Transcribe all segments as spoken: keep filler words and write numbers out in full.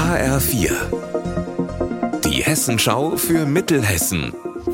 H R vier. Die Hessenschau für Mittelhessen.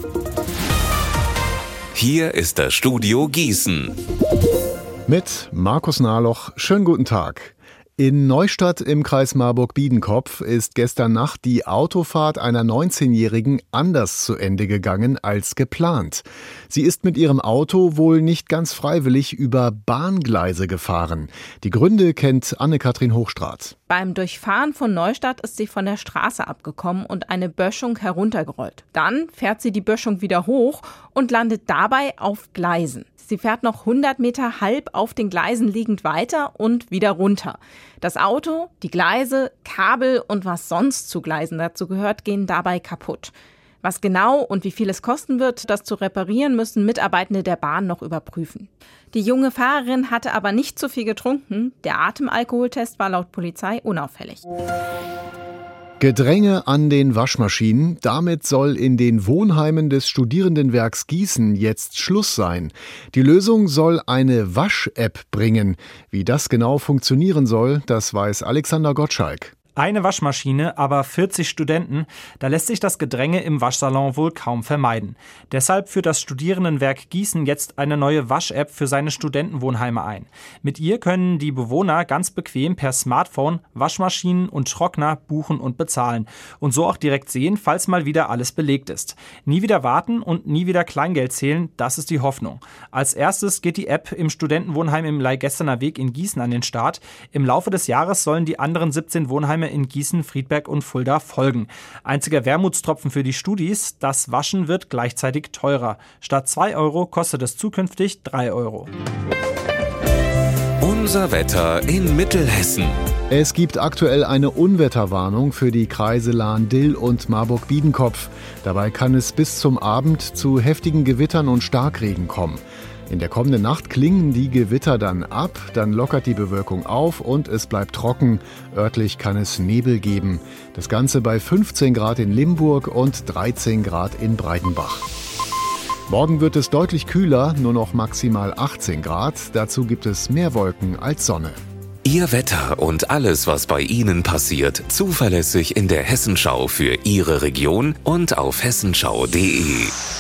Hier ist das Studio Gießen. Mit Markus Nahloch. Schönen guten Tag. In Neustadt im Kreis Marburg-Biedenkopf ist gestern Nacht die Autofahrt einer neunzehnjährigen anders zu Ende gegangen als geplant. Sie ist mit ihrem Auto wohl nicht ganz freiwillig über Bahngleise gefahren. Die Gründe kennt Anne-Kathrin Hochstraat. Beim Durchfahren von Neustadt ist sie von der Straße abgekommen und eine Böschung heruntergerollt. Dann fährt sie die Böschung wieder hoch und landet dabei auf Gleisen. Sie fährt noch hundert Meter halb auf den Gleisen liegend weiter und wieder runter. Das Auto, die Gleise, Kabel und was sonst zu Gleisen dazu gehört, gehen dabei kaputt. Was genau und wie viel es kosten wird, das zu reparieren, müssen Mitarbeitende der Bahn noch überprüfen. Die junge Fahrerin hatte aber nicht zu viel getrunken. Der Atemalkoholtest war laut Polizei unauffällig. Gedränge an den Waschmaschinen. Damit soll in den Wohnheimen des Studierendenwerks Gießen jetzt Schluss sein. Die Lösung soll eine Wasch-App bringen. Wie das genau funktionieren soll, das weiß Alexander Gottschalk. Eine Waschmaschine, aber vierzig Studenten, da lässt sich das Gedränge im Waschsalon wohl kaum vermeiden. Deshalb führt das Studierendenwerk Gießen jetzt eine neue Wasch-App für seine Studentenwohnheime ein. Mit ihr können die Bewohner ganz bequem per Smartphone Waschmaschinen und Trockner buchen und bezahlen und so auch direkt sehen, falls mal wieder alles belegt ist. Nie wieder warten und nie wieder Kleingeld zählen, das ist die Hoffnung. Als erstes geht die App im Studentenwohnheim im Leihgestener Weg in Gießen an den Start. Im Laufe des Jahres sollen die anderen siebzehn Wohnheime in Gießen, Friedberg und Fulda folgen. Einziger Wermutstropfen für die Studis, das Waschen wird gleichzeitig teurer. Statt zwei Euro kostet es zukünftig drei Euro. Unser Wetter in Mittelhessen. Es gibt aktuell eine Unwetterwarnung für die Kreise Lahn-Dill und Marburg-Biedenkopf. Dabei kann es bis zum Abend zu heftigen Gewittern und Starkregen kommen. In der kommenden Nacht klingen die Gewitter dann ab, dann lockert die Bewölkung auf und es bleibt trocken. Örtlich kann es Nebel geben. Das Ganze bei fünfzehn Grad in Limburg und dreizehn Grad in Breidenbach. Morgen wird es deutlich kühler, nur noch maximal achtzehn Grad. Dazu gibt es mehr Wolken als Sonne. Ihr Wetter und alles, was bei Ihnen passiert, zuverlässig in der Hessenschau für Ihre Region und auf hessenschau punkt de.